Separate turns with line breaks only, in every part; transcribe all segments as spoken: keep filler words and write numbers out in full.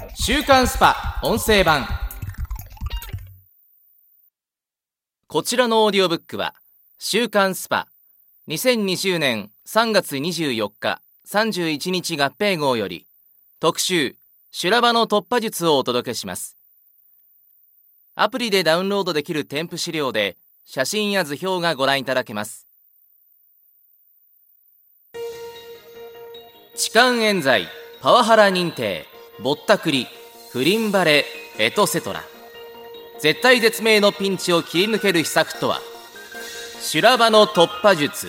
週刊スパ音声版。こちらのオーディオブックは週刊スパにせんにじゅうねんさんがつにじゅうよっかさんじゅういちにち合併号より特集修羅場の突破術をお届けします。アプリでダウンロードできる添付資料で写真や図表がご覧いただけます。痴漢冤罪、パワハラ認定、ぼったくり、不倫バレ、エトセトラ。絶体絶命のピンチを切り抜ける秘策とは。修羅場の突破術。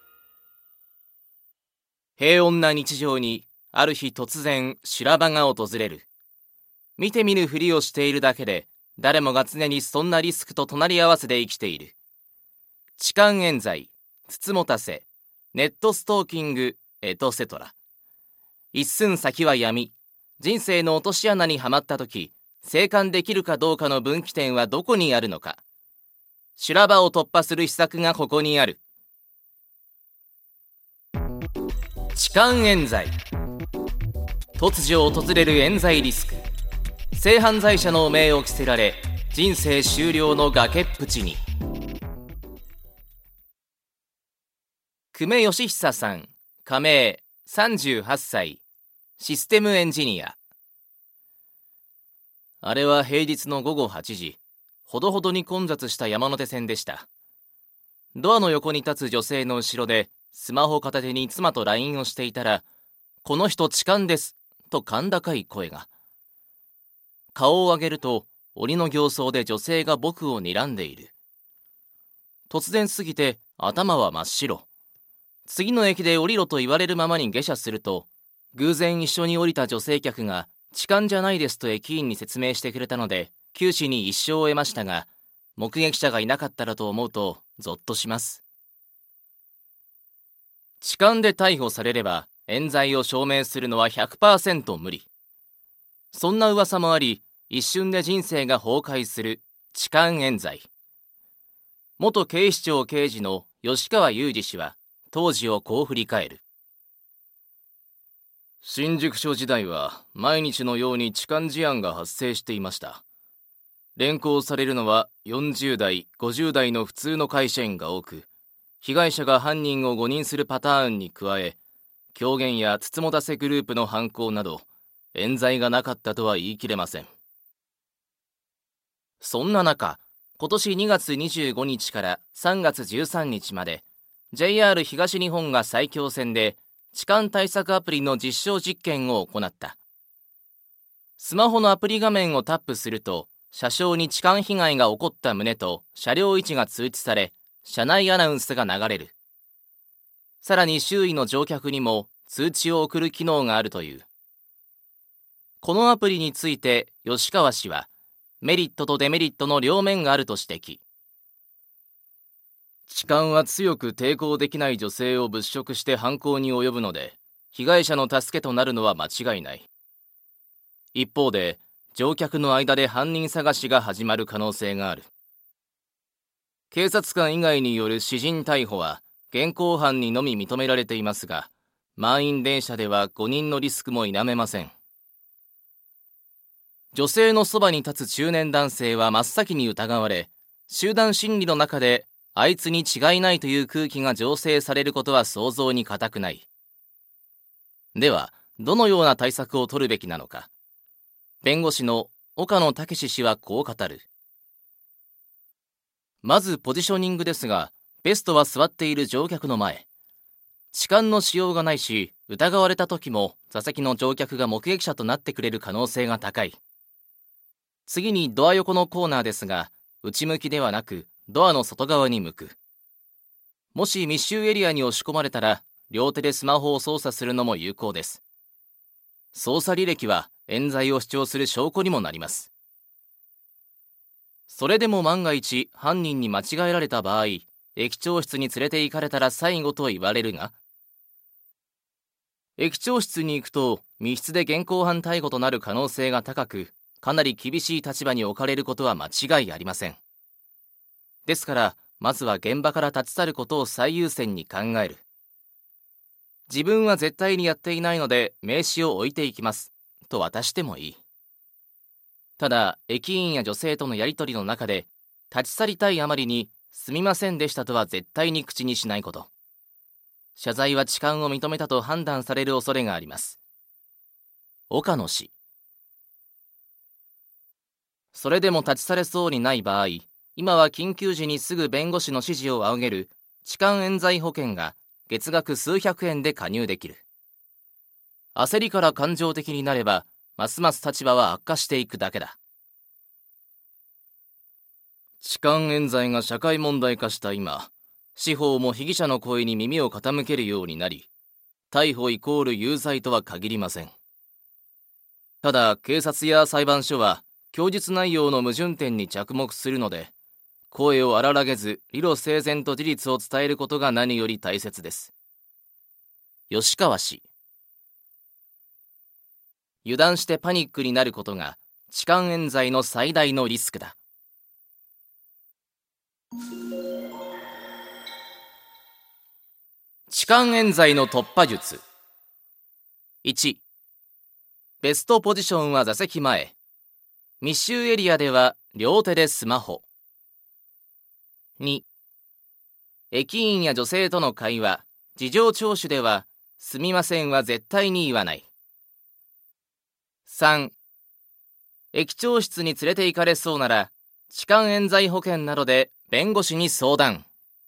平穏な日常にある日突然修羅場が訪れる。見て見ぬふりをしているだけで誰もが常にそんなリスクと隣り合わせで生きている。痴漢冤罪、つつもたせ、ネットストーキング、エトセトラ。一寸先は闇。人生の落とし穴にはまった時、生還できるかどうかの分岐点はどこにあるのか。修羅場を突破する秘策がここにある。痴漢冤罪。突如訪れる冤罪リスク。性犯罪者の汚名を着せられ、人生終了の崖っぷちに。久米義久さん、仮名さんじゅうはっさい、システムエンジニア。あれは平日のごごはちじ、ほどほどに混雑した山手線でした。ドアの横に立つ女性の後ろでスマホ片手に妻と ライン をしていたら、この人痴漢ですと甲高い声が。顔を上げると檻の形相で女性が僕を睨んでいる。突然すぎて頭は真っ白。次の駅で降りろと言われるままに下車すると、偶然一緒に降りた女性客が痴漢じゃないですと駅員に説明してくれたので九死に一生を得ましたが、目撃者がいなかったらと思うとゾッとします。痴漢で逮捕されれば冤罪を証明するのは ひゃくパーセント 無理。そんな噂もあり、一瞬で人生が崩壊する痴漢冤罪。元警視庁刑事の吉川祐二氏は当時をこう振り返る。新宿署時代は毎日のように痴漢事案が発生していました。連行されるのはよんじゅうだい、ごじゅうだいの普通の会社員が多く、被害者が犯人を誤認するパターンに加え、狂言やつつもたせグループの犯行など、冤罪がなかったとは言い切れません。そんな中、今年にがつにじゅうごにちからさんがつじゅうさんにちまで、ジェイアール 東日本が埼京線で痴漢対策アプリの実証実験を行った。スマホのアプリ画面をタップすると、車掌に痴漢被害が起こった旨と車両位置が通知され、車内アナウンスが流れる。さらに周囲の乗客にも通知を送る機能があるという。このアプリについて吉川氏は、メリットとデメリットの両面があると指摘。痴漢は強く抵抗できない女性を物色して犯行に及ぶので、被害者の助けとなるのは間違いない。一方で、乗客の間で犯人探しが始まる可能性がある。警察官以外による私人逮捕は、現行犯にのみ認められていますが、満員電車では誤認のリスクも否めません。女性のそばに立つ中年男性は真っ先に疑われ、集団心理の中で、あいつに違いないという空気が醸成されることは想像に難くない。では、どのような対策を取るべきなのか。弁護士の岡野武氏はこう語る。まずポジショニングですが、ベストは座っている乗客の前。痴漢のしようがないし、疑われた時も座席の乗客が目撃者となってくれる可能性が高い。次にドア横のコーナーですが、内向きではなく、ドアの外側に向く。もし密集エリアに押し込まれたら、両手でスマホを操作するのも有効です。操作履歴は冤罪を主張する証拠にもなります。それでも万が一犯人に間違えられた場合、駅長室に連れて行かれたら最後と言われるが、駅長室に行くと密室で現行犯逮捕となる可能性が高く、かなり厳しい立場に置かれることは間違いありません。ですから、まずは現場から立ち去ることを最優先に考える。自分は絶対にやっていないので名刺を置いていきますと渡してもいい。 ただ駅員や女性とのやり取りの中で立ち去りたいあまりにすみませんでしたとは絶対に口にしないこと。謝罪は痴漢を認めたと判断される恐れがあります。岡野氏。それでも立ち去れそうにない場合、今は緊急時にすぐ弁護士の指示を仰げる痴漢冤罪保険が月額数百円で加入できる。焦りから感情的になれば、ますます立場は悪化していくだけだ。痴漢冤罪が社会問題化した今、司法も被疑者の声に耳を傾けるようになり、逮捕イコール有罪とは限りません。ただ、警察や裁判所は供述内容の矛盾点に着目するので、声を荒らげず理路整然と事実を伝えることが何より大切です。吉川氏。油断してパニックになることが痴漢冤罪の最大のリスクだ。痴漢冤罪の突破術。いち、ベストポジションは座席前。密集エリアでは両手でスマホ。に、駅員や女性との会話、事情聴取ではすみませんは絶対に言わない。さん、駅長室に連れて行かれそうなら痴漢冤罪保険などで弁護士に相談。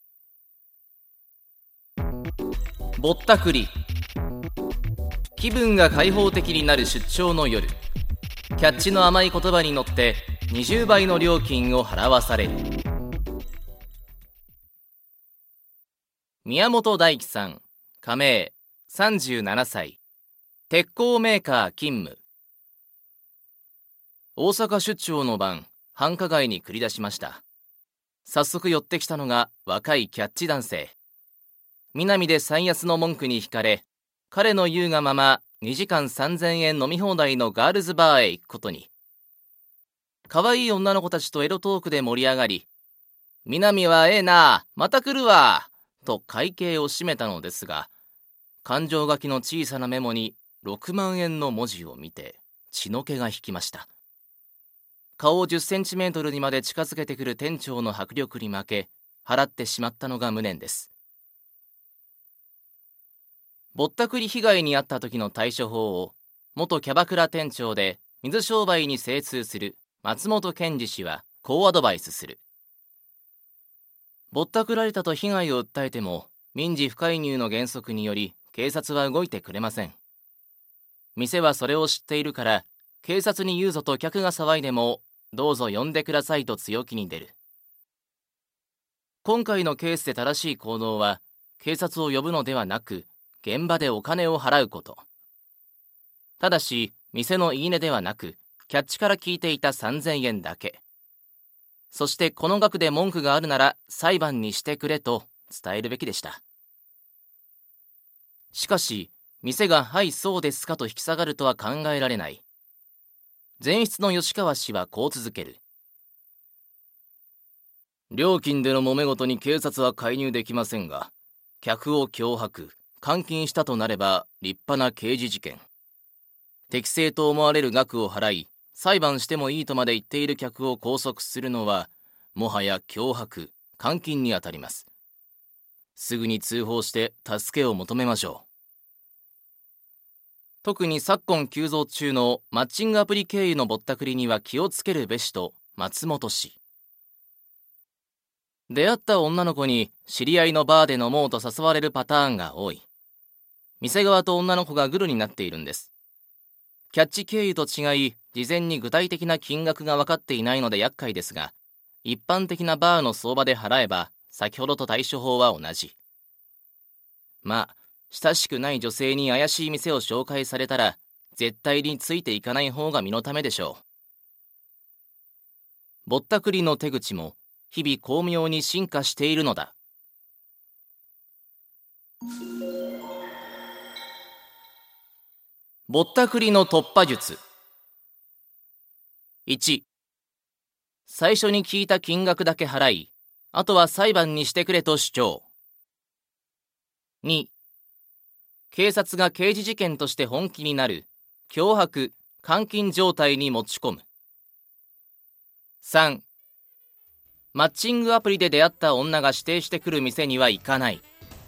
ぼったくり。気分が開放的になる出張の夜、キャッチの甘い言葉に乗ってにじゅうばいの料金を払わされる。宮本大樹さん、加盟、さんじゅうななさい、鉄鋼メーカー勤務。大阪出張の晩、繁華街に繰り出しました。早速寄ってきたのが若いキャッチ男性。南で最安の文句に惹かれ、彼の言うがままにじかんさんぜんえん飲み放題のガールズバーへ行くことに。可愛い女の子たちとエロトークで盛り上がり、南はええな、また来るわと会計を締めたのですが、勘定書きの小さなメモにろくまんえんの文字を見て血の気が引きました。顔をじゅっセンチメートルにまで近づけてくる店長の迫力に負け、払ってしまったのが無念です。ぼったくり被害に遭った時の対処法を、元キャバクラ店長で水商売に精通する松本健二氏はこうアドバイスする。ぼったくられたと被害を訴えても、民事不介入の原則により警察は動いてくれません。店はそれを知っているから、警察に言うぞと客が騒いでも、どうぞ呼んでくださいと強気に出る。今回のケースで正しい行動は、警察を呼ぶのではなく、現場でお金を払うこと。ただし、店の言い値ではなく、キャッチから聞いていたさんぜんえんだけ。そしてこの額で文句があるなら裁判にしてくれと伝えるべきでした。しかし、店がはいそうですかと引き下がるとは考えられない。前室の吉川氏はこう続ける。料金での揉め事に警察は介入できませんが、客を脅迫、監禁したとなれば立派な刑事事件。適正と思われる額を払い、裁判してもいいとまで言っている客を拘束するのは、もはや脅迫、監禁にあたります。すぐに通報して助けを求めましょう。特に昨今急増中のマッチングアプリ経由のぼったくりには気をつけるべしと松本氏。出会った女の子に知り合いのバーで飲もうと誘われるパターンが多い。店側と女の子がグルになっているんです。キャッチ経由と違い、事前に具体的な金額が分かっていないので厄介ですが、一般的なバーの相場で払えば、先ほどと対処法は同じ。まあ、親しくない女性に怪しい店を紹介されたら、絶対についていかない方が身のためでしょう。ぼったくりの手口も、日々巧妙に進化しているのだ。ぼったくりの突破術。いち、最初に聞いた金額だけ払い、あとは裁判にしてくれと主張。に、警察が刑事事件として本気になる脅迫・監禁状態に持ち込む。 さん、マッチングアプリで出会った女が指定してくる店には行かない。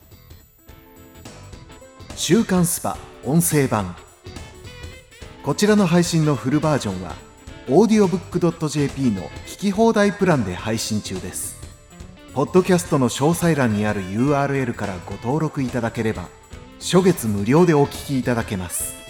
週刊スパ音声版。こちらの配信のフルバージョンは オーディオブックドットジェーピー の聞き放題プランで配信中です。ポッドキャストの詳細欄にある ユーアールエル からご登録いただければ初月無料でお聞きいただけます。